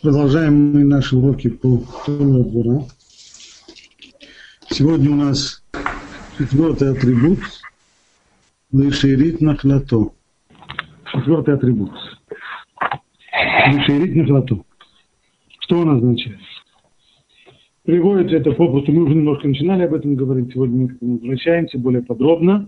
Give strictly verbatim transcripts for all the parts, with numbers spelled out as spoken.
Продолжаем мы наши уроки по Торе двора. Сегодня у нас четвертый атрибут Лешерит Нахлато. Четвертый атрибут Лешерит Нахлато. Что он означает? Приводится это попросту, мы уже немножко начинали об этом говорить, сегодня мы к этому возвращаемся более подробно.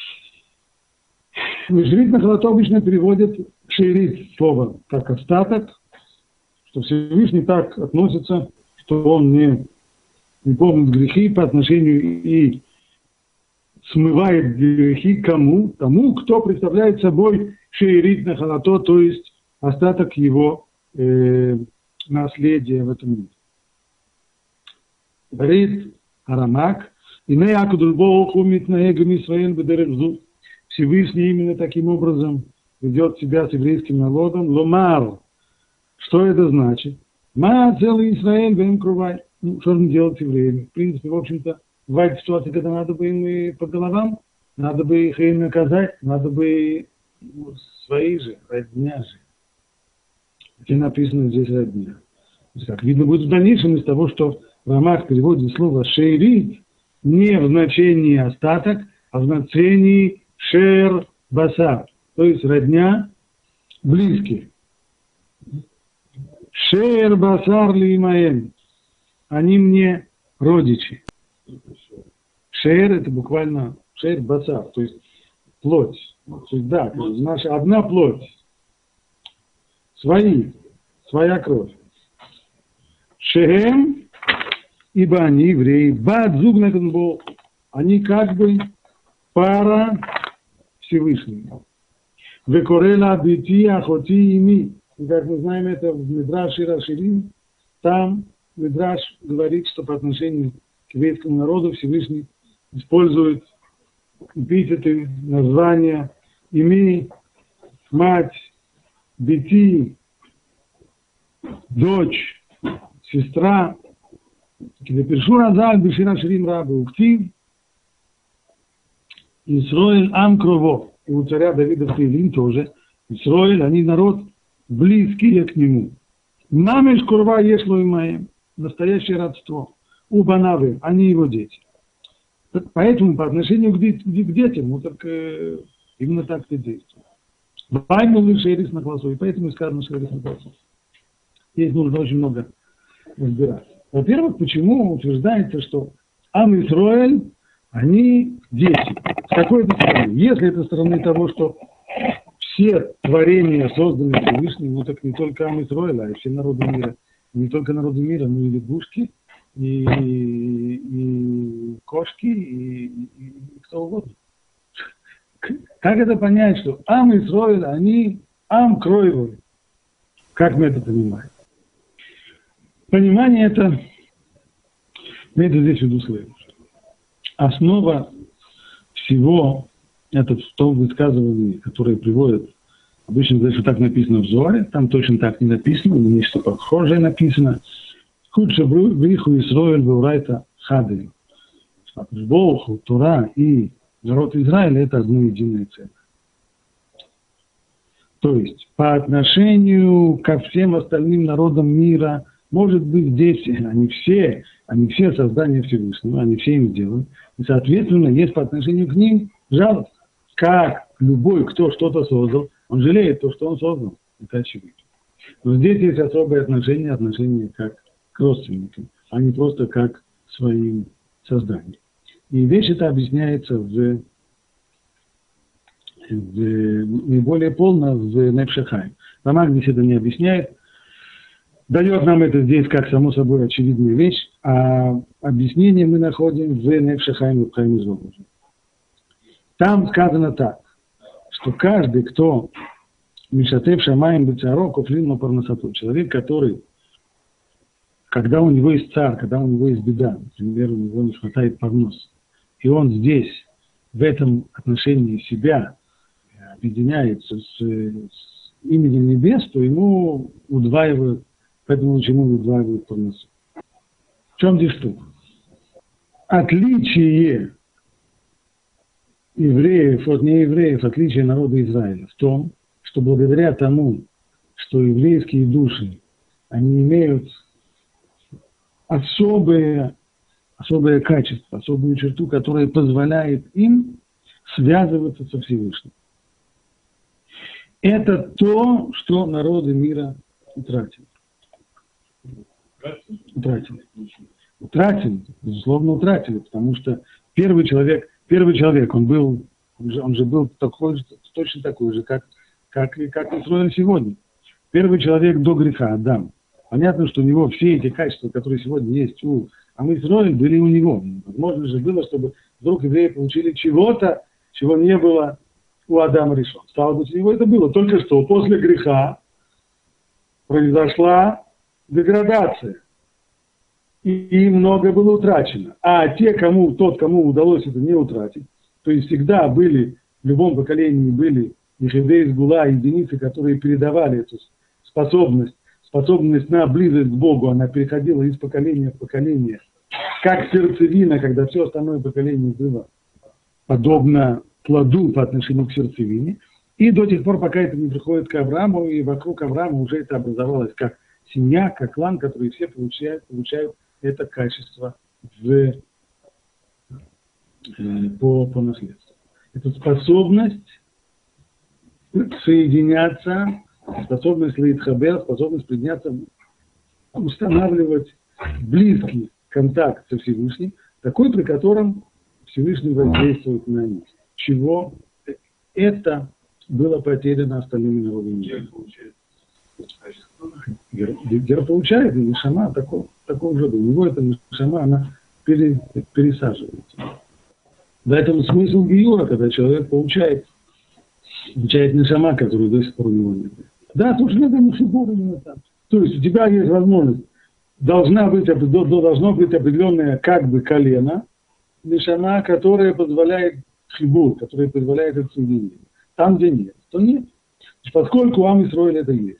Лешерит Нахлато обычно переводит шерит слово как остаток, что Всевышний так относится, что он не, не помнит грехи по отношению и смывает грехи кому? Тому, кто представляет собой шерит нахалато, то есть остаток его э, наследия в этом мире. Говорит Арамак, «Ине акудуш боруху митнаэгам Исраэль бедерех зу». Всевышний именно таким образом ведет себя с еврейским народом. Ломар. Что это значит? Ма целый Израиль, вем крувай. Ну, что же делать с евреями? В принципе, в общем-то, бывает ситуация, когда надо бы им и по головам, надо бы их и наказать, надо бы ну, свои же, родня же. Где написано здесь родня. Как видно будет в дальнейшем из того, что Рамах переводит слово шерит не в значении остаток, а в значении шер басар, то есть родня близких. Шер басар ли маем. Они мне родичи. Шер это буквально шер басар, то есть плоть. То есть, да, наша одна плоть. Свои, своя кровь. Шехем, ибо они евреи. Бад зугнатен был. Они как бы пара Всевышнего. Векорела бити ахоти ими. И как мы знаем это в Мидраш Ира-Ширим, там Мидраш говорит, что по отношению к еврейскому народу Всевышний использует эпитеты, названия, ими, мать, бити, дочь, сестра. Килепиршу разаль бешира ширим рабы уктив, Исроэль ам крово. И у царя Давида в Таилим тоже. Исроэль, они народ близкие к нему. Мамеш курва ешло и маем. Настоящее родство. У банавы, они его дети. Поэтому по отношению к, дет, к детям, ну так э, именно так и действует. Ваймул шерис на классу, и поэтому и сказано шерис на классу. Здесь нужно очень много разбирать. Во-первых, почему утверждается, что Ам Исроэль, они дети. С какой-то стороны. Если это стороны того, что все творения созданы Всевышним, ну так не только Ам Исроэль, а и все народы мира. Не только народы мира, но и лягушки, и, и, и кошки, и, и, и кто угодно. Как это понять, что Ам Исроэль, они Ам Кроевой? Как мы это понимаем? Понимание это, имеется здесь в виду следующее. Основа всего, это в том высказывании, которое приводят, обычно здесь вот так написано в Зоре, там точно так не написано, но нечто похожее написано. Худше бриху Исроэль беурайта хадым. Бог, Тора и народ Израиля это одно единое целое. То есть по отношению ко всем остальным народам мира, может быть, дети, они все, они все создания Всевышнего, они все им сделаны. И, соответственно, есть по отношению к ним жалость. Как любой, кто что-то создал, он жалеет то, что он создал. Это очевидно. Но здесь есть особое отношение, отношение как к родственникам, а не просто как к своим созданиям. И вещь это объясняется в, в наиболее полно в Нефшехайм. Рамак здесь это не объясняет. Дает нам это здесь как само собой очевидная вещь, а объяснение мы находим в Нефшехайм и Хайм из Воложи. Там сказано так, что каждый, кто Мишатев Шамаем Бецаро, Кофлин Мапарнасату, человек, который, когда у него есть царь, когда у него есть беда, например, у него не хватает парнос, и он здесь, в этом отношении себя объединяется с, с именем небес, то ему удваивают, поэтому ему удваивают парносу. В чем здесь штука? Отличие евреев от неевреев, отличие народа Израиля в том, что благодаря тому, что еврейские души они имеют особые, особое качество, особую черту, которая позволяет им связываться со Всевышним. Это то, что народы мира утратили. Утратили. Утратили, безусловно, утратили, потому что первый человек, первый человек, он был, он же, он же был такой, точно такой же, как, как, как Исроэль сегодня. Первый человек до греха, Адам. Понятно, что у него все эти качества, которые сегодня есть у Ам-Исроэль, были у него. Возможно же было, чтобы вдруг евреи получили чего-то, чего не было у Адама Ришон. Стало быть, у него это было. Только что после греха произошла деградация. И много было утрачено. А те, кому, тот, кому удалось это не утратить, то есть всегда были, в любом поколении были Ехидей, Сгула, единицы, которые передавали эту способность, способность на близость к Богу, она переходила из поколения в поколение, как сердцевина, когда все остальное поколение было подобно плоду по отношению к сердцевине, и до тех пор, пока это не приходит к Аврааму, и вокруг Авраама уже это образовалось как семья, как клан, который все получают, получают это качество в, э, по, по наследству. Это способность соединяться, способность лейтхабер, способность подняться, устанавливать близкий контакт со Всевышним, такой, при котором Всевышний воздействует на них. Чего это было потеряно остальными народами мира. Гер получает, и нешама такого, такого же. У него эта нешама, она пере, пересаживается. Поэтому смысл гиюра, когда человек получает, получает нешама, которую до сих пор у него нет. Да, тут же надо нешибур именно там. То есть у тебя есть возможность, должна быть, должно быть определенное как бы колено, нешама, которая позволяет хибур, которая позволяет это соединение. Там, где нет, то нет. Поскольку у Ам-Исроэль это есть,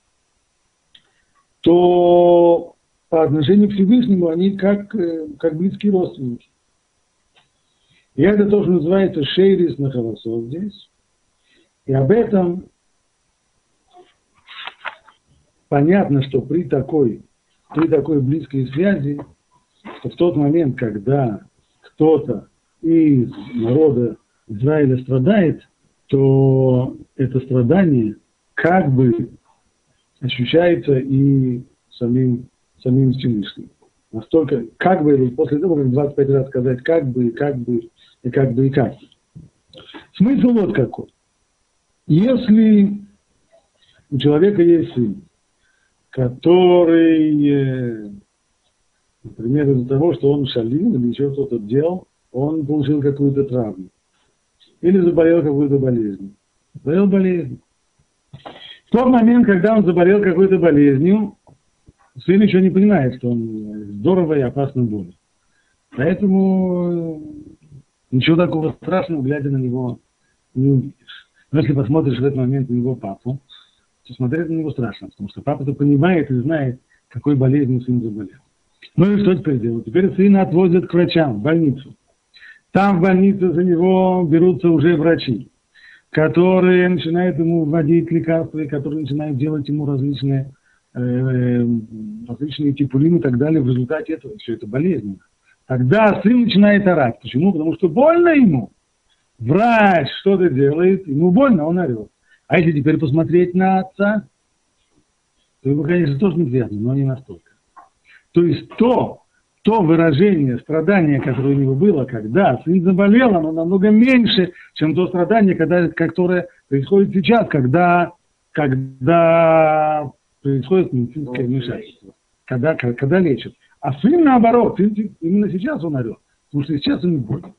то по отношению к Всевышнему они как, как близкие родственники. И это тоже называется шейрис нахавасов здесь. И об этом понятно, что при такой, при такой близкой связи, что в тот момент, когда кто-то из народа Израиля страдает, то это страдание как бы ощущается и самим, самим Всевышним. Настолько, как бы, после того, как двадцать пять раз сказать, как бы, как бы, и как бы, и как бы. Смысл вот какой. Если у человека есть сын, который, например, из-за того, что он шалил или еще что-то делал, он получил какую-то травму. Или заболел какой-то болезнью. Заболел болезнью. В тот момент, когда он заболел какой-то болезнью, сын еще не понимает, что он здорово и опасно болен. Поэтому ничего такого страшного, глядя на него, не увидишь. Но если посмотришь в этот момент на его папу, то смотреть на него страшно, потому что папа-то понимает и знает, какой болезнью сын заболел. Ну и что теперь делать? Теперь сына отвозят к врачам, в больницу. Там в больнице за него берутся уже врачи, которые начинают ему вводить лекарства, и которые начинают делать ему различные, э, различные типулины и так далее. В результате этого все это болезненно. Тогда сын начинает орать. Почему? Потому что больно ему. Врач что-то делает, ему больно, он орет. А если теперь посмотреть на отца, то его, конечно, тоже неприятно, но не настолько. То есть то, то выражение страдания, которое у него было, когда сын заболел, оно намного меньше, чем то страдание, когда, которое происходит сейчас, когда, когда происходит медицинское вмешательство, когда, когда лечат. А сын, наоборот, именно сейчас он орет, потому что сейчас ему больно.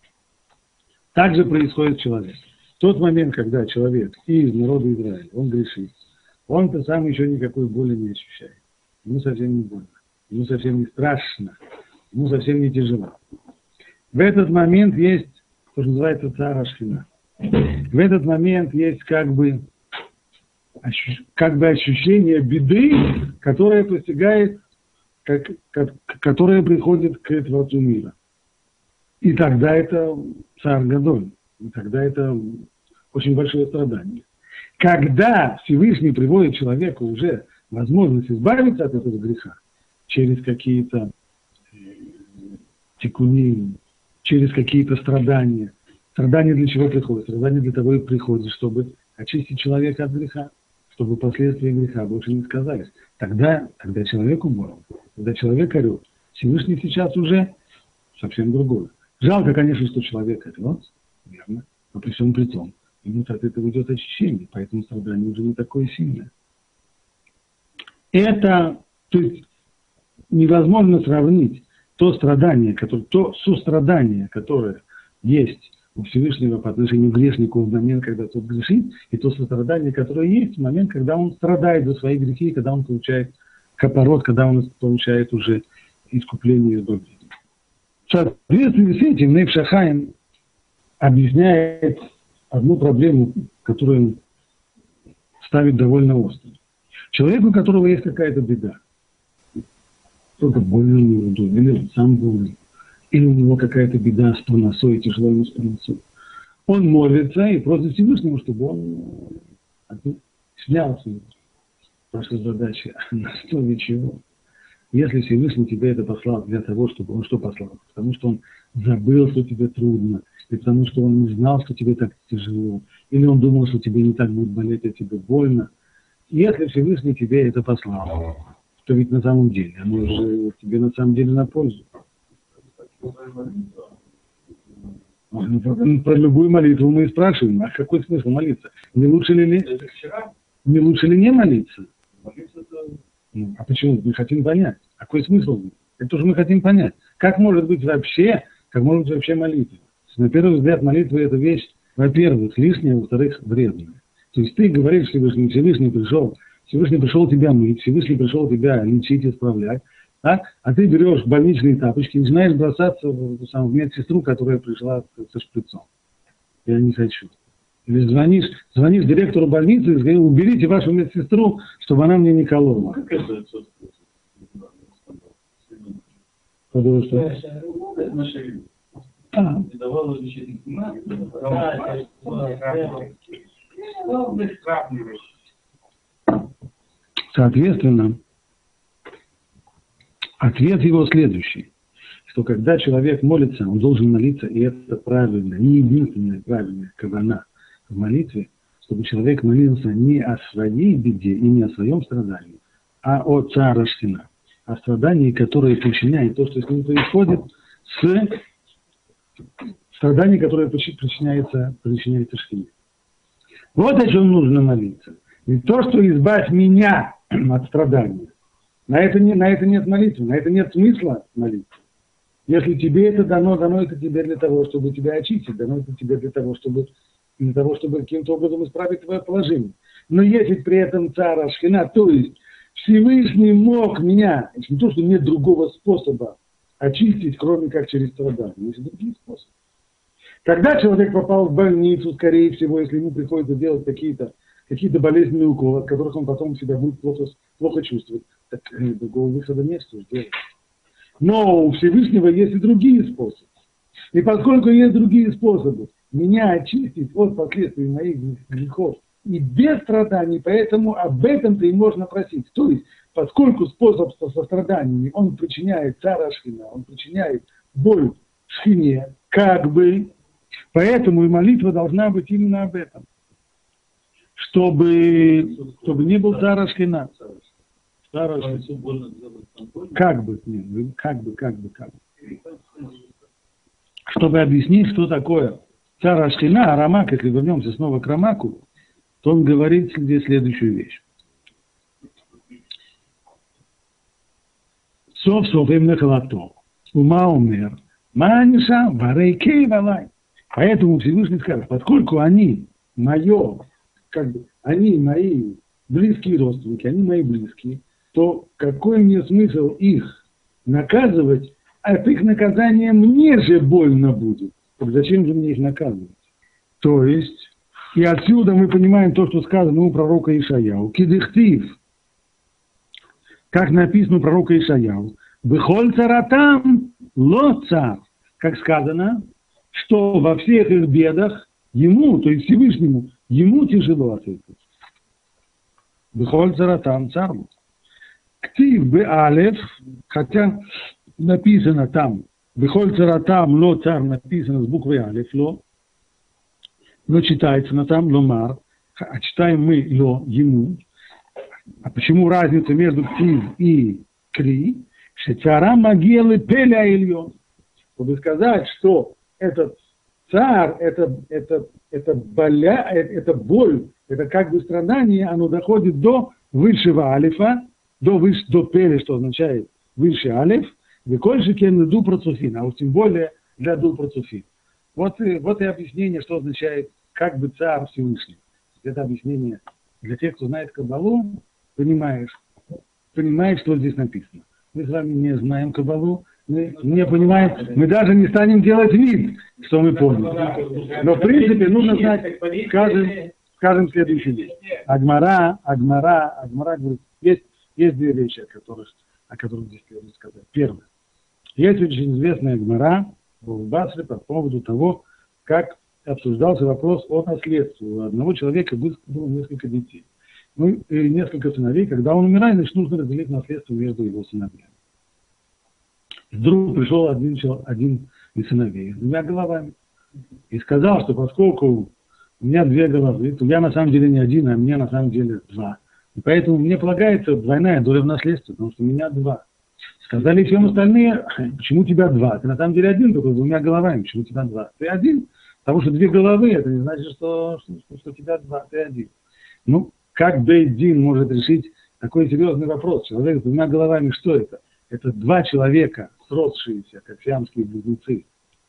Так же происходит с человеком. В тот момент, когда человек из народа Израиля, он грешит, он-то сам еще никакой боли не ощущает. Ему совсем не больно. Ему совсем не страшно, ему совсем не тяжело. В этот момент есть, то, что называется цара шхина. В этот момент есть как бы, ощущ, как бы ощущение беды, которое постигает, как, как, которое приходит к Творцу мира. И тогда это цар Гадоль, и тогда это очень большое страдание. Когда Всевышний приводит человека уже возможность избавиться от этого греха через какие-то тикуни, через какие-то страдания. Страдания для чего приходят? Страдания для того и приходят, чтобы очистить человека от греха, чтобы последствия греха больше не сказались. Тогда, тогда человеку больно, когда человек орет. Всевышний сейчас уже совсем другое. Жалко, конечно, что человек орет, верно, но при всем при том, ему от этого идет очищение, поэтому страдание уже не такое сильное. Это, то есть, невозможно сравнить то страдание, которое, то сострадание, которое есть у Всевышнего по отношению к грешнику в момент, когда тот грешит, и то сострадание, которое есть в момент, когда он страдает за свои грехи, когда он получает капорот, когда он получает уже искупление и избавление. В соответствии с этим Нефеш ха-Хаим объясняет одну проблему, которую он ставит довольно остро. Человеку, у которого есть какая-то беда, кто-то больный неудобно, или он сам болен, или у него какая-то беда с проносой, тяжело ему с проносой. Он молится и просит Всевышнему, чтобы он снялся. Ваша задача на основе чего? Если Всевышний тебе это послал для того, чтобы он что послал? Потому что он забыл, что тебе трудно, или потому что он не знал, что тебе так тяжело, или он думал, что тебе не так будет болеть, а тебе больно. Если Всевышний тебе это послал, то ведь на самом деле оно же тебе на самом деле на пользу. Про любую молитву мы и спрашиваем, а какой смысл молиться? Не лучше ли, ли, не, лучше ли не молиться? Ну, а почему? Мы хотим понять. Какой смысл? Это тоже мы хотим понять. Как может быть вообще, как может быть вообще молитва? На первый взгляд молитва это вещь, во-первых, лишняя, во-вторых, вредная. То есть ты говоришь Всевышний, Всевышний пришел, Всевышний пришел тебя мыть, Всевышний пришел тебя лечить, исправлять, так? А ты берешь больничные тапочки и начинаешь бросаться в, в медсестру, которая пришла со шприцом. Я не хочу. Или звонишь, звонишь директору больницы и говоришь, уберите вашу медсестру, чтобы она мне не колола. Как это? Потому что... А. Соответственно, ответ его следующий, что когда человек молится, он должен молиться, и это правильно, не единственная правильная кавана в молитве, чтобы человек молился не о своей беде и не о своем страдании, а о цара Шхина, о страдании, которое причиняет то, что с ним происходит, с страданием, которое причиняется, причиняется Шхине. Вот о чем нужно молиться. Не то, что избавь меня от страдания. На это, не, на это нет молитвы, на это нет смысла молиться. Если тебе это дано, дано это тебе для того, чтобы тебя очистить, дано это тебе для того, чтобы, для того, чтобы каким-то образом исправить твое положение. Но если при этом цара Шхина, то есть Всевышний мог меня, не то, что нет другого способа очистить, кроме как через страдания, есть другие способы. Когда человек попал в больницу, скорее всего, если ему приходится делать какие-то какие-то болезненные уколы, от которых он потом себя будет плохо, плохо чувствовать, так э, другого выхода нет, что сделать. Но у Всевышнего есть и другие способы. И поскольку есть другие способы меня очистить от последствий моих грехов и без страданий, поэтому об этом-то и можно просить. То есть, поскольку способ со страданиями, он причиняет цара Шхина, он причиняет боль Шхине, как бы, поэтому и молитва должна быть именно об этом. Чтобы, чтобы не был цара Шхина. Как бы, нет, как бы, как бы, как бы. Чтобы объяснить, что такое цара Шхина, а Рамак, если вернемся снова к Рамаку, то он говорит здесь следующую вещь. Сов-сов им нахалато. Ума умер. Маниша варейкей валай. Поэтому Всевышний скажет, поскольку они мое, как бы, они мои близкие родственники, они мои близкие, то какой мне смысл их наказывать, от их наказания мне же больно будет. Так зачем же мне их наказывать? То есть, и отсюда мы понимаем то, что сказано у пророка Ишаяу. Кидыхтив, как написано у пророка Ишаяу, «Бехоль царатам ло цар», как сказано, что во всех их бедах ему, то есть Всевышнему, ему тяжело от этого. «Бехоль царатам цару». Ктив беалев, хотя написано там, бехоль царатам ло цар написано с буквой алеф, ло, но читается на там ломар, а читаем мы ло ему. А почему разница между ктив и кри? Шецарам магелы пеля ильон. Чтобы сказать, что этот царь, это, это, это, боля, это боль, это как бы страдание, оно доходит до высшего алифа, до, выш, до пели, что означает высший алиф, векольшикен ду процуфин, а уж тем более для ду процуфин. Вот, вот и объяснение, что означает как бы царь Всевышний. Это объяснение для тех, кто знает Кабалу, понимаешь, понимает, что здесь написано. Мы с вами не знаем Кабалу, мы не понимаем, мы даже не станем делать вид, что мы помним. Но в принципе нужно знать, скажем, скажем следующую вещь. Агмара, Агмара, Агмара говорит, есть, есть две вещи, о которых, о которых здесь следует сказать. Первое. Есть очень известная Агмара в Басре по поводу того, как обсуждался вопрос о наследстве. У одного человека было несколько детей. Ну, и несколько сыновей. Когда он умирает, значит, нужно разделить наследство между его сыновьями. Вдруг пришел один, один из сыновей с двумя головами и сказал, что поскольку у меня две головы, то я на самом деле не один, а мне на самом деле два. И поэтому мне полагается двойная доля в наследстве, потому что у меня два. Сказали всем остальные, почему у тебя два? Ты на самом деле один, только с двумя головами, почему у тебя два? Ты один, потому что две головы, это не значит, что, что, что у тебя два, ты один. Ну, как Бейт-Дин может решить такой серьезный вопрос? Человек с двумя головами, что это? Это два человека, сросшиеся, как сиамские близнецы.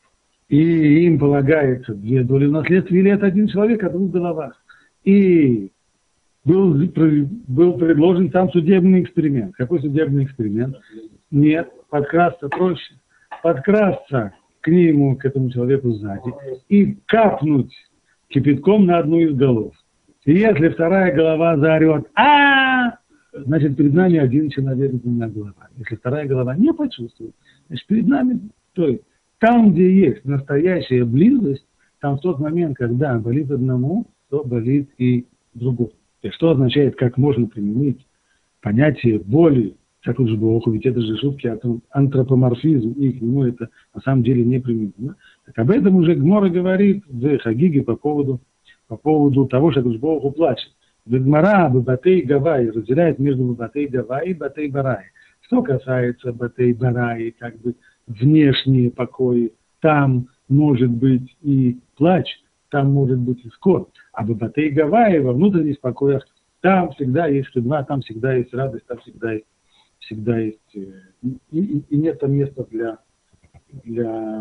И им полагается две доли в наследстве, или это один человек о двух головах. И был, был предложен там судебный эксперимент. Какой судебный эксперимент? Нет, подкрасться проще. Подкрасться к нему, к этому человеку сзади, и капнуть кипятком на одну из голов. И если вторая голова заорет «А-а-а!», значит, перед нами один человек с двумя головами. Если вторая голова не почувствует, значит, перед нами, то есть там, где есть настоящая близость, там в тот момент, когда болит одному, то болит и другому. И что означает, как можно применить понятие боли, как уж Богу, ведь это же шутки о том антропоморфизм, и к нему это на самом деле не применимо. Так об этом уже Гмора говорит в Хагиге по поводу, по поводу того, что Богу плачет. Гмара Батей Гавай разделяет между Батей Гавай и Батей Барай. Что касается Батей Барай, как бы внешние покои, там может быть и плач, там может быть и скорбь. А в Батей Гавай, во внутренних покоях, там всегда есть хедва, там всегда есть радость, там всегда есть, всегда есть и, и, и нет там места для, для,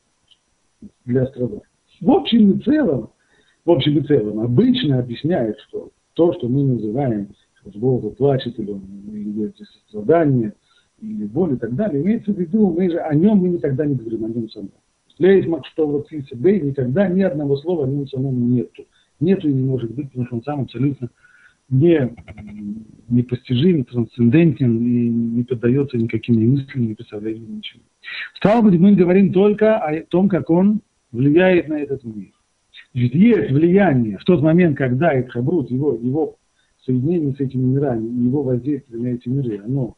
для страдания. В общем и целом, в общем и целом, обычно объясняет, что то, что мы называем, что Бог плачет, или, или сострадание, или боль и так далее, имеется в виду, мы же о нем мы никогда не говорим, о нем самом. Лейзмак, что вот в себе никогда ни одного слова о нем самом нету. Нету и не может быть, потому что он сам абсолютно не, непостижим, трансцендентен и не поддается никаким ни мыслям, ни представлениям, ничего. Стало быть, мы говорим только о том, как он влияет на этот мир. Ведь есть влияние в тот момент, когда Эдхабрут, его, его соединение с этими мирами, его воздействие на эти миры, оно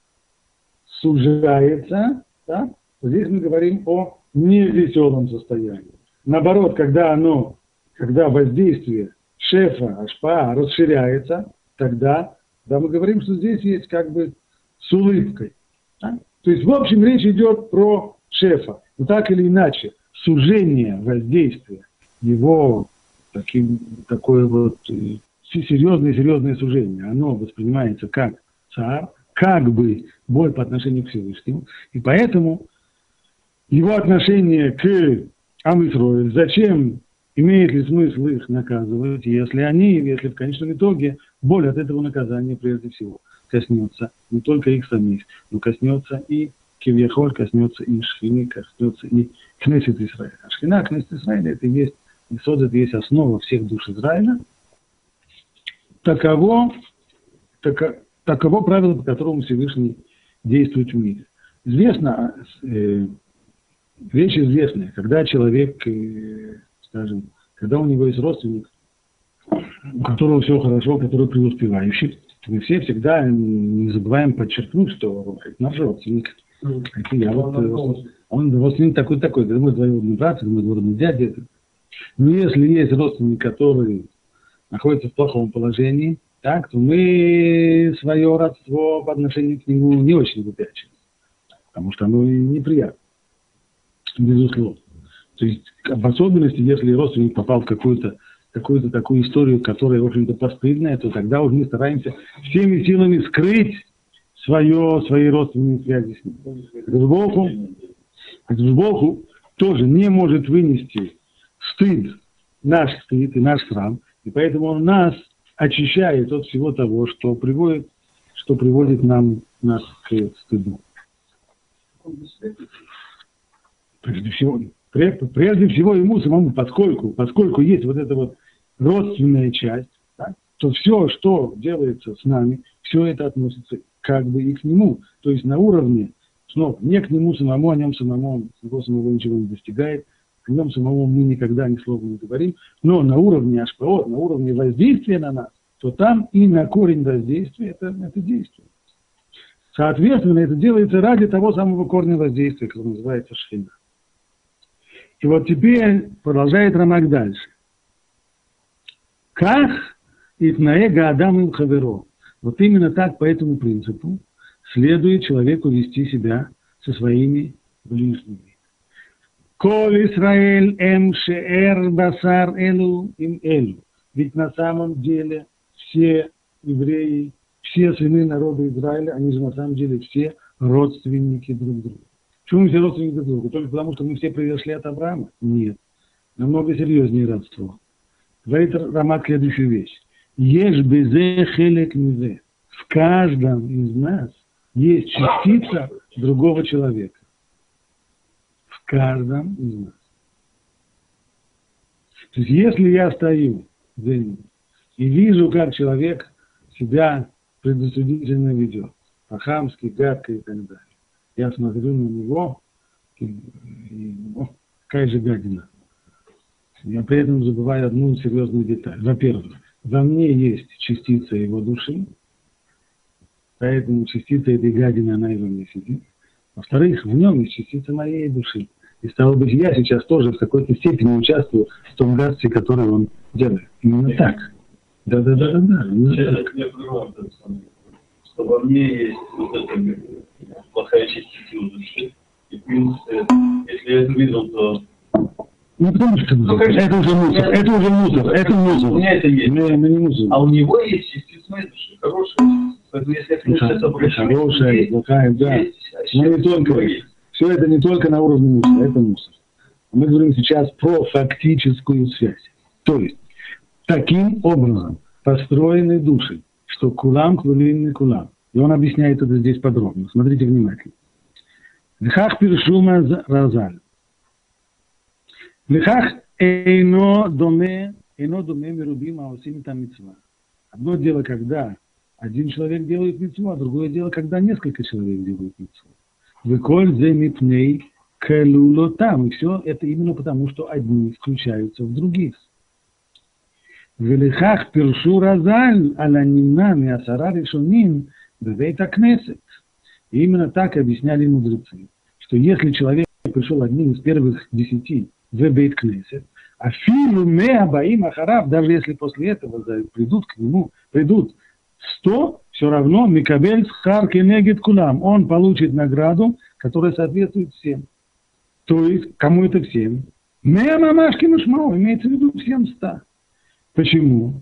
сужается, да? Здесь мы говорим о невеселом состоянии. Наоборот, когда оно, когда воздействие шефа, ашпа расширяется, тогда, да, мы говорим, что здесь есть как бы с улыбкой. Да? То есть, в общем, речь идет про шефа. Но так или иначе, сужение воздействия, его таким, такое вот серьезное-серьезное сужение, оно воспринимается как царь, как бы боль по отношению к Всевышнему. И поэтому его отношение к Ам-Исроэль, зачем, имеет ли смысл их наказывать, если они, если в конечном итоге боль от этого наказания прежде всего коснется не только их самих, но коснется и Кивьяхоль, коснется и Шхины, коснется и Кнессет Исраэля. А Шхина, Кнессет Исраэля, это и есть Исод, это есть основа всех душ Израиля. Таково, тако, таково правило, по которому Всевышний действует в мире. Известно, э, вещь известная, когда человек, э, скажем, когда у него есть родственник, у которого все хорошо, который преуспевающий, Мы все всегда не забываем подчеркнуть, что это наш родственник. Mm. Это я вот, он, он родственник такой-такой, это мой двоюродный брат, это мой двоюродный дядя. Но если есть родственник, который находится в плохом положении, так, то мы свое родство по отношению к нему не очень выпячиваем, потому что оно неприятно, безусловно. То есть, в особенности, если родственник попал в какую-то какую-то такую историю, которая, в общем-то, постыдная, то тогда уже мы стараемся всеми силами скрыть свое, свои родственные связи с ним. Богу, Богу тоже не может вынести стыд, наш стыд и наш срам, и поэтому он нас очищает от всего того, что приводит, что приводит нам, нас к стыду. Прежде всего, прежде всего ему самому, поскольку, поскольку есть вот эта вот родственная часть, так, то все, что делается с нами, все это относится как бы и к нему. То есть на уровне, снова, не к нему самому, о нем самому, с него самого ничего не достигает, о нем самому мы никогда ни слова не говорим, но на уровне ашпаот, на уровне воздействия на нас, то там и на корень воздействия это, это действие. Соответственно, это делается ради того самого корня воздействия, который называется шхина. И вот теперь продолжает Рамак дальше. Как итнаэга Адам им хаверо. Вот именно так, по этому принципу, следует человеку вести себя со своими ближними. Коль Исраэль эм шеэр басар элу им элу. Ведь на самом деле все евреи, все сыны народа Израиля, они же на самом деле все родственники друг друга. Почему мы все родственники друг друга? Только потому, что мы все произошли от Авраама? Нет. Намного серьезнее родство. Говорит Рамак следующую вещь. Еш безе хелек мизе. В каждом из нас есть частица другого человека. В каждом из нас. То есть, если я стою и вижу, как человек себя предосудительно ведет, по-хамски, гадко и так далее, я смотрю на него, и, и о, какая же гадина. Я при этом забываю одну серьезную деталь. Во-первых, во мне есть частица его души, поэтому частица этой гадины, она и во мне сидит. Во-вторых, в нем есть частица моей души. И стало быть, я сейчас тоже в какой-то степени участвую в том гадстве, которое он делает. Именно так. Да-да-да-да-да. Что во мне есть вот эта плохая частица души. И, в принципе, если я это видел, то... Ну, потому что ну, это уже мусор, это уже мусор, это мусор. У меня это есть. Не, не мусор. А у него есть частица моей души, хорошая. Поэтому если я это обращаю, хорошая, плохая, да. Есть, но не только, все это не только на уровне мусора, это мусор. Мы говорим сейчас про фактическую связь. То есть, таким образом построены души, что кулам квулин не кулам. И он объясняет это здесь подробно. Смотрите внимательно. Лихах пиршума разаль. Лихах эйно доме, эйно доме мирубима осим там мицва. Одно дело, когда один человек делает мицву, а другое дело, когда несколько человек делают мицву. Выколь зе мипней кэлуло там. И все это именно потому, что одни включаются в других. Велихах пиршу разаль аля нимна миасара решоним бевейт акнесет. И именно так объясняли мудрецы, что если человек пришел одним из первых десяти в бейт кнесет, а филу меа баим ахарав, даже если после этого придут к нему, придут сто, все равно микабель схар кенегет кулам, он получит награду, которая соответствует всем. То есть, кому это всем? Меа мамашки мушмау, имеется в виду всем ста. Почему?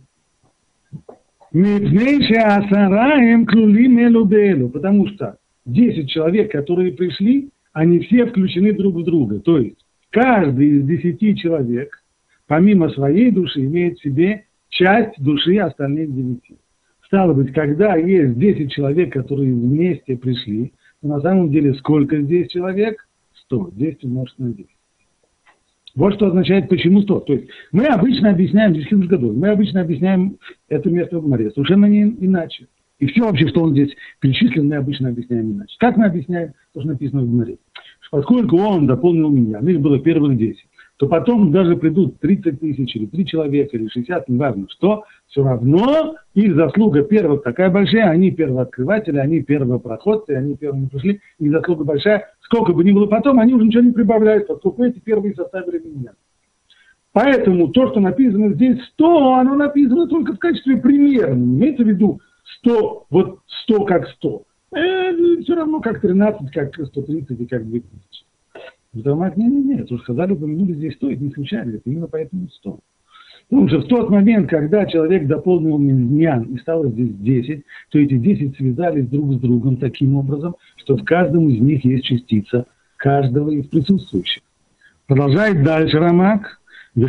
Потому что десять человек, которые пришли, они все включены друг в друга. То есть каждый из десяти человек, помимо своей души, имеет в себе часть души остальных девяти. Стало быть, когда есть десять человек, которые вместе пришли, то на самом деле сколько здесь человек? сто. десять умножить на десять. Вот что означает почему сто. То есть мы обычно объясняем, мы обычно объясняем это место в море совершенно не иначе. И все вообще, что он здесь перечислил, мы обычно объясняем иначе. Как мы объясняем то, что написано в море? Поскольку он дополнил меня, их было первых десять, то потом даже придут тридцать тысяч или три человека, или шестьдесят, неважно что, все равно их заслуга первых такая большая, они первооткрыватели, они первопроходцы, они первыми пришли, их заслуга большая. Сколько бы ни было потом, они уже ничего не прибавляют, поскольку эти первые составили меня. Поэтому то, что написано здесь сто, оно написано только в качестве примера. Не имеется в виду сто, вот сто как сто. Э, все равно как тринадцать, как сто тридцать и как две тысячи. В Талмуде нет, нет, нет, уж сказали, упомянули здесь сто, это не случайно, это именно поэтому сто. Потому что в тот момент, когда человек дополнил миньян и стало здесь десять, то эти десять связались друг с другом таким образом, что в каждом из них есть частица каждого из присутствующих. Продолжает дальше Рамак. И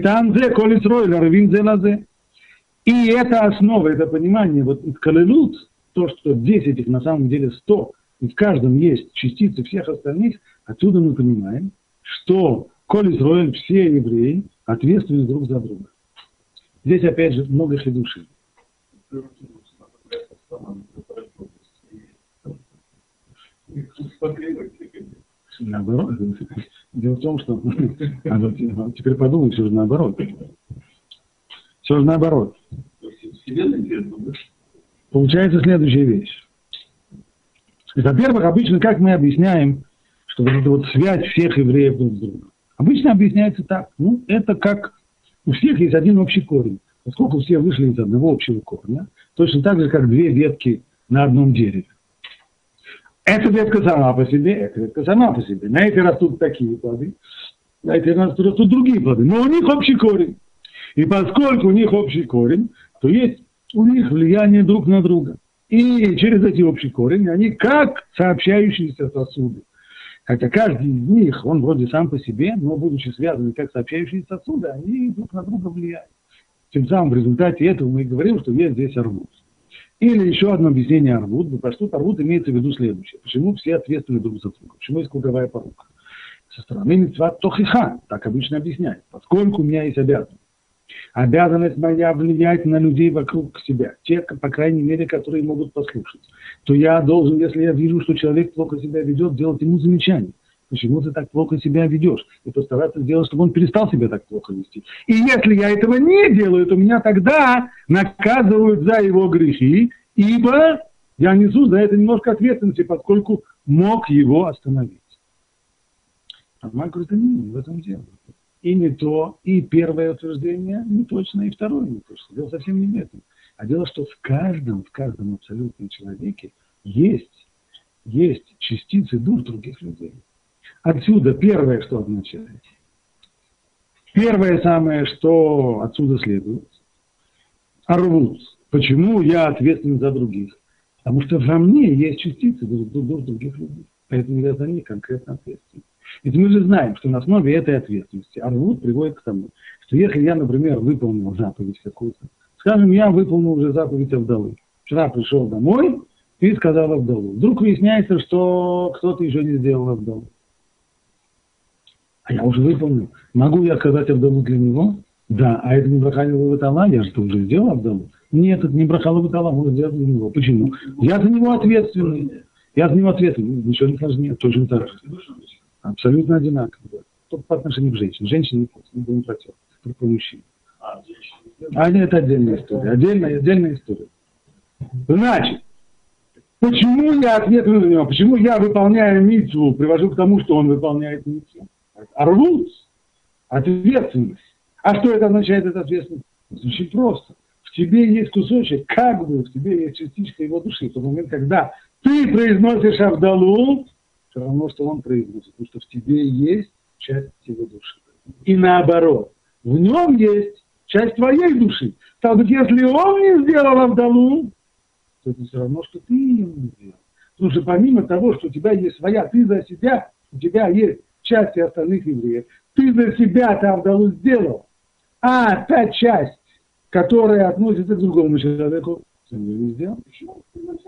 это основа, это понимание, вот калелут, то, что десять их на самом деле сто, и в каждом есть частицы всех остальных, отсюда мы понимаем, что коль Исроэль, все евреи, ответственны друг за друга. Здесь опять же много хидушей. Наоборот. Дело в том, что... А вот теперь подумай, все же наоборот. Все же наоборот. Получается следующая вещь. Во-первых, обычно как мы объясняем, что вот эта вот связь всех евреев друг с другом? Обычно объясняется так. Ну, это как у всех есть один общий корень. Поскольку все вышли из одного общего корня, точно так же, как две ветки на одном дереве. Эта ветка сама по себе, эта ветка сама по себе. На этой растут такие плоды, на этой растут другие плоды. Но у них общий корень. И поскольку у них общий корень, то есть у них влияние друг на друга. И через эти общий корень они как сообщающиеся сосуды. Хотя каждый из них, он вроде сам по себе, но будучи связаны как сообщающиеся сосуды, они друг на друга влияют. Тем самым в результате этого мы и говорим, что есть здесь арвут. Или еще одно объяснение арвут. Просто арвут имеется в виду следующее. Почему все ответственны друг за друга? Почему есть круговая порука? Со стороны мицват тохиха, так обычно объясняют. Поскольку у меня есть обязанность. Обязанность моя влиять на людей вокруг себя. Те, по крайней мере, которые могут послушать. То я должен, если я вижу, что человек плохо себя ведет, делать ему замечание. Почему ты так плохо себя ведешь? И постараться сделать, чтобы он перестал себя так плохо вести. И если я этого не делаю, то меня тогда наказывают за его грехи, ибо я несу за это немножко ответственности, поскольку мог его остановить. А Мак говорит, не, в этом дело. И не то, и первое утверждение не точно, и второе не точно. Дело совсем не в этом. А дело, что в каждом, в каждом абсолютном человеке есть, есть частицы душ других людей. Отсюда первое, что означает. Первое самое, что отсюда следует. Арвут. Почему я ответственен за других? Потому что во мне есть частицы душ других людей. Поэтому я за них конкретно ответственен. Ведь мы же знаем, что на основе этой ответственности арвут приводит к тому, что если я, например, выполнил заповедь какую-то, скажем, я выполнил уже заповедь Авдалы. Вчера пришел домой и сказал Авдалу. Вдруг выясняется, что кто-то еще не сделал Авдалу. А я уже выполнил. Могу я сказать Авдалу для него? Да. А это не браха леватала, я же уже сделал Авдалу. Нет, это не браха леватала, можно сделать для него. Почему? Я за него ответственный. Я за него ответственный. Ничего не сложнее. Точно так же. Абсолютно одинаково. Только по отношению к женщине. Женщине не будем про тех, только про мужчин. А нет, это отдельная история. Отдельная, отдельная история. Значит, почему я ответственен за него? Почему я, выполняя мицву, привожу к тому, что он выполняет мицву? Арвут. Ответственность. А что это означает, эта ответственность? Очень просто. В тебе есть кусочек, как бы в тебе есть частичка его души. В тот момент, когда ты произносишь Авдалу, все равно, что он произносит, потому что в тебе есть часть его души. И наоборот, в нем есть часть твоей души. Так вот, если он не сделал Авдалу, то это все равно, что ты ее не сделал. Потому что помимо того, что у тебя есть своя, ты за себя, у тебя есть части остальных евреев, ты за себя-то Авдалу сделал. А та часть, которая относится к другому человеку, ты не сделал. Почему?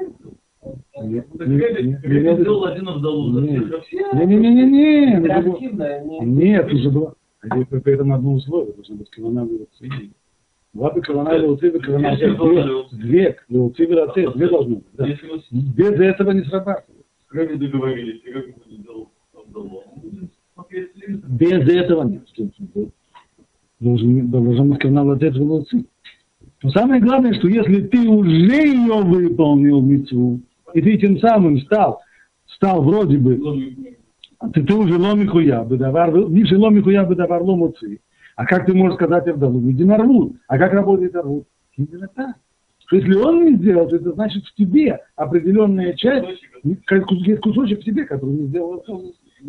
Нет, я сделал один Авдалу. Не-не-не-не-не. Нет, уже было. При этом одно условие, должно быть кавана леуци. Была бы кавана леуци, кавана две. Леуци вероци, две должны быть. Без этого не срабатывает. Как вы договорились, как вы сделал Авдалу? Без этого нет. Должен, должен быть канал от этого лучше. Но самое главное, что если ты уже ее выполнил мицву, и ты тем самым стал, стал вроде бы, ты, ты уже ломиху я бы давар, ниже ломиху я бы давар ломуцы. А как ты можешь сказать Авдалу? Иди на рвут. А как работает рвут? Именно так. Что если он не сделал, то это значит в тебе определенная часть, есть кусочек в тебе, который не сделал Авдалу.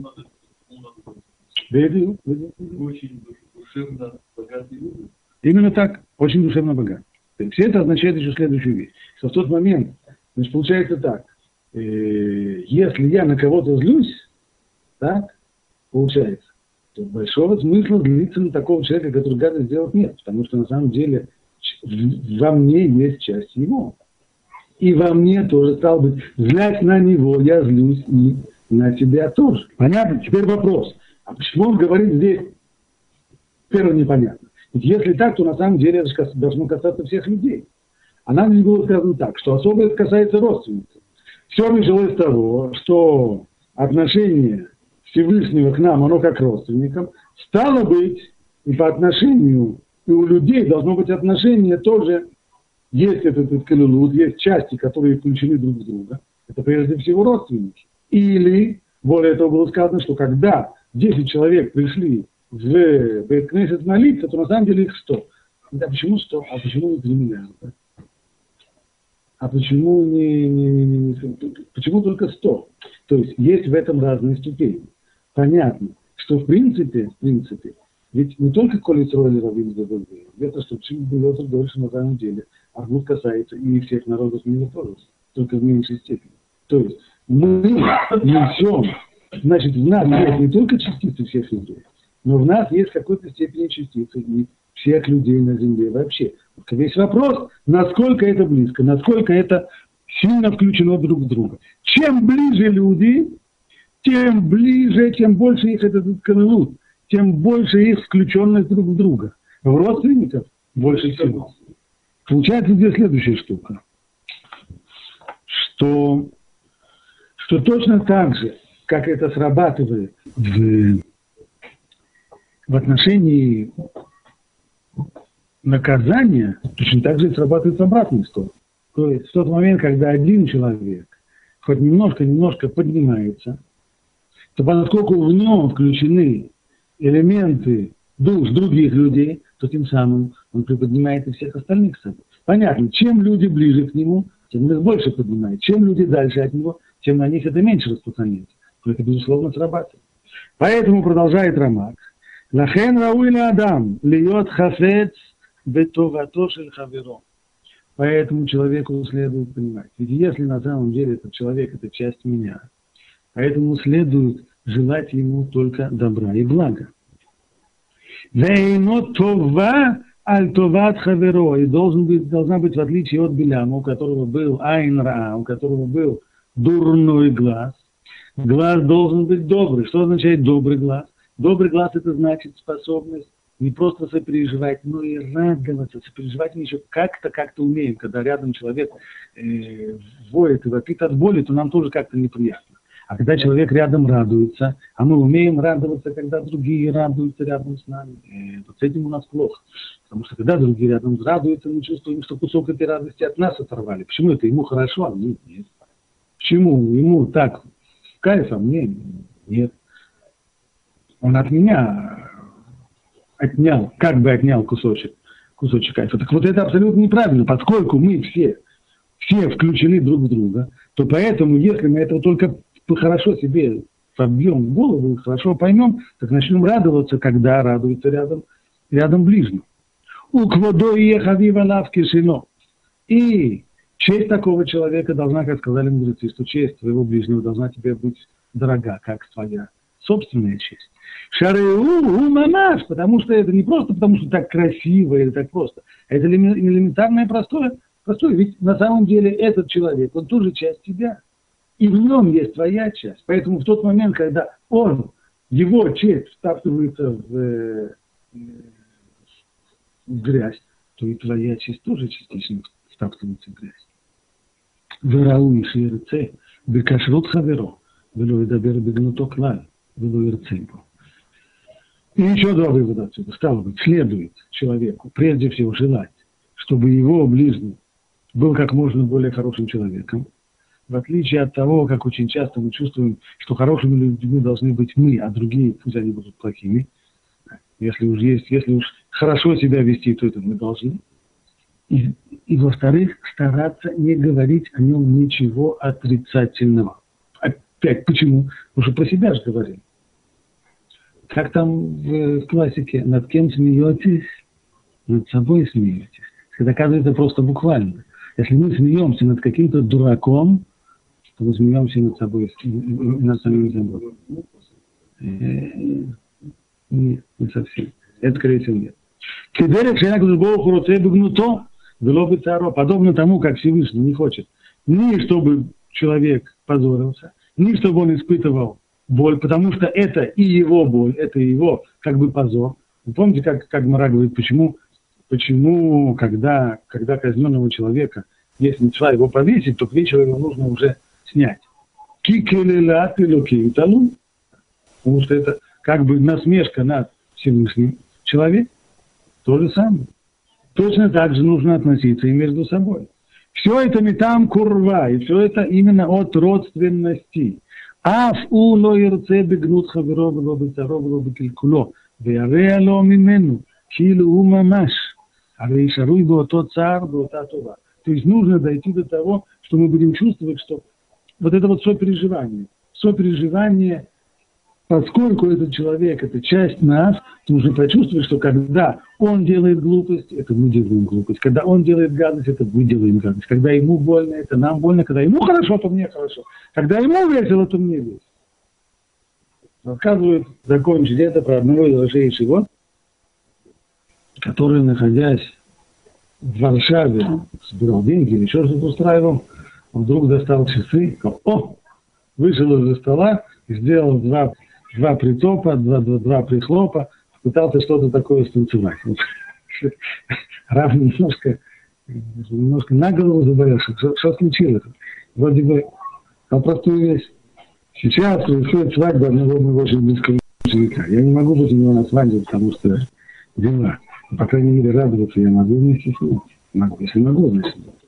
Очень душевно богатые люди. Именно так, очень душевно богат. Все это означает еще следующую вещь, что в тот момент, значит, получается так, э, если я на кого-то злюсь, так, получается, то большого смысла злиться на такого человека, который гадость сделать нет, потому что на самом деле во мне есть часть его. И во мне тоже, стал быть, злять на него, я злюсь и на себя тоже. Понятно? Теперь вопрос. А почему он говорит здесь? Первое непонятно. Ведь если так, то на самом деле это должно касаться всех людей. А нам не было сказано так, что особо это касается родственников. Все началось с того, что отношение Всевышнего к нам, оно как родственникам, стало быть, и по отношению, и у людей должно быть отношение тоже, есть этот, этот калюлут, есть части, которые включены друг в друга. Это прежде всего родственники. Или, более того, было сказано, что когда десять человек пришли в Бейт-Кнесет молиться, то на самом деле их сто. Да почему сто? А почему не три миллиарда? А почему не, не, не, не, не почему только сто? То есть есть в этом разные ступени. Понятно, что в принципе, в принципе, ведь не только коли строили раввин за другие, это что чим было дольше на самом деле, аргут касается и всех народов мира тоже, только в меньшей степени. То есть мы несем, значит, в нас есть не только частицы всех евреев, но в нас есть в какой-то степени частицы и всех людей на земле вообще. Весь вопрос, насколько это близко, насколько это сильно включено друг в друга. Чем ближе люди, тем ближе, тем больше их этот каналут, тем больше их включенность друг в друга. В родственников больше всего. Получается здесь следующая штука, что, что точно так же, как это срабатывает в, в отношении наказания, точно так же и срабатывает в обратную сторону. То есть в тот момент, когда один человек хоть немножко-немножко поднимается, то поскольку в нем включены элементы душ других людей, то тем самым он приподнимает и всех остальных собой. Понятно, чем люди ближе к нему, тем их больше поднимает. Чем люди дальше от него, тем на них это меньше распространяется. Но это, безусловно, срабатывает. Поэтому продолжает Рамак. Лахен рауи адам льет хафец бетовато шель хаверо. Поэтому человеку следует понимать. Ведь если на самом деле этот человек – это часть меня, поэтому следует желать ему только добра и блага. Вейно това аль товат хаверо. И должен быть, должна быть, в отличие от Биляма, у которого был айн ра, у которого был дурной глаз, глаз должен быть добрый. Что означает добрый глаз? Добрый глаз – это значит способность не просто сопереживать, но и радоваться. Сопереживать мы еще как-то, как-то умеем. Когда рядом человек э, воет и вопит от боли, то нам тоже как-то неприятно. А когда человек рядом радуется, а мы умеем радоваться, когда другие радуются рядом с нами, э, вот с этим у нас плохо. Потому что когда другие рядом радуются, мы чувствуем, что кусок этой радости от нас оторвали. Почему это ему хорошо, а мне нет? Почему ему так в кайф, а мне нет? Он от меня отнял, как бы отнял кусочек, кусочек кайфа. Так вот это абсолютно неправильно, поскольку мы все, все включены друг в друга, то поэтому, если мы этого только хорошо себе вобьем в голову, хорошо поймем, так начнем радоваться, когда радуется рядом, рядом ближний. У кводо и хавива лавки шино. И честь такого человека должна, как сказали мудрецы, что честь твоего ближнего должна тебе быть дорога, как твоя собственная честь. Шареу мамаш, потому что это не просто потому, что так красиво или так просто. Это элементарное простое, простое. Ведь на самом деле этот человек, он тоже часть тебя. И в нем есть твоя часть. Поэтому в тот момент, когда он, его честь втаптывается в, в грязь, то и твоя честь тоже частично втаптывается в грязь. Верау и шиерце, бекашрут хаверо, вело и дабер бегнуто клаль, вело и рцебо. И еще два вывода отсюда. Стало быть, следует человеку прежде всего желать, чтобы его ближний был как можно более хорошим человеком. В отличие от того, как очень часто мы чувствуем, что хорошими людьми должны быть мы, а другие, пусть они будут плохими. Если уж есть, если уж хорошо себя вести, то это мы должны. И, и во-вторых, стараться не говорить о нем ничего отрицательного. Опять, почему? Потому что про себя же говорили. Как там в классике, над кем смеетесь, над собой смеетесь. Это, оказывается, просто буквально. Если мы смеемся над каким-то дураком, то мы смеемся над собой, над самим собой. Нет, не совсем. Это, скорее всего, нет. Подобно тому, как Всевышний не хочет ни чтобы человек позорился, ни чтобы он испытывал боль, потому что это и его боль, это и его как бы позор. Вы помните, как, как Мара говорит, почему, почему когда, когда казненного человека, если мицва его повесить, то к вечеру его нужно уже снять. Потому что это как бы насмешка над Всевышним. Человек то же самое. Точно так же нужно относиться и между собой. Все это метам курва, и все это именно от родственности. Аф у лоирце бегнут хаверо было бы царо было бы килькуло. Веареа ло мимену, килу у мамаш. А рейшаруй бы тот цар, бы та това. То есть нужно дойти до того, что мы будем чувствовать, что вот это вот сопереживание. Сопереживание, поскольку этот человек, это часть нас, ты уже почувствуешь, что когда он делает глупость, это мы делаем глупость. Когда он делает гадость, это мы делаем гадость. Когда ему больно, это нам больно. Когда ему хорошо, то мне хорошо. Когда ему весело, то мне весело. Рассказывают, закончить это про одного из вождей Ешивот, который, находясь в Варшаве, собирал деньги или еще что-то устраивал, он вдруг достал часы, сказал, о, вышел из-за стола и сделал два, два притопа, два, два, два прихлопа, пытался что-то такое станцевать. Рав немножко, немножко на голову заболелся. Что, что случилось? Вроде бы на простую вещь. Сейчас происходит свадьба одного моего близкого ученика. Я не могу быть у него на свадьбе, потому что дела. По крайней мере, радоваться я могу вместе с ним. Могу, если могу, значит.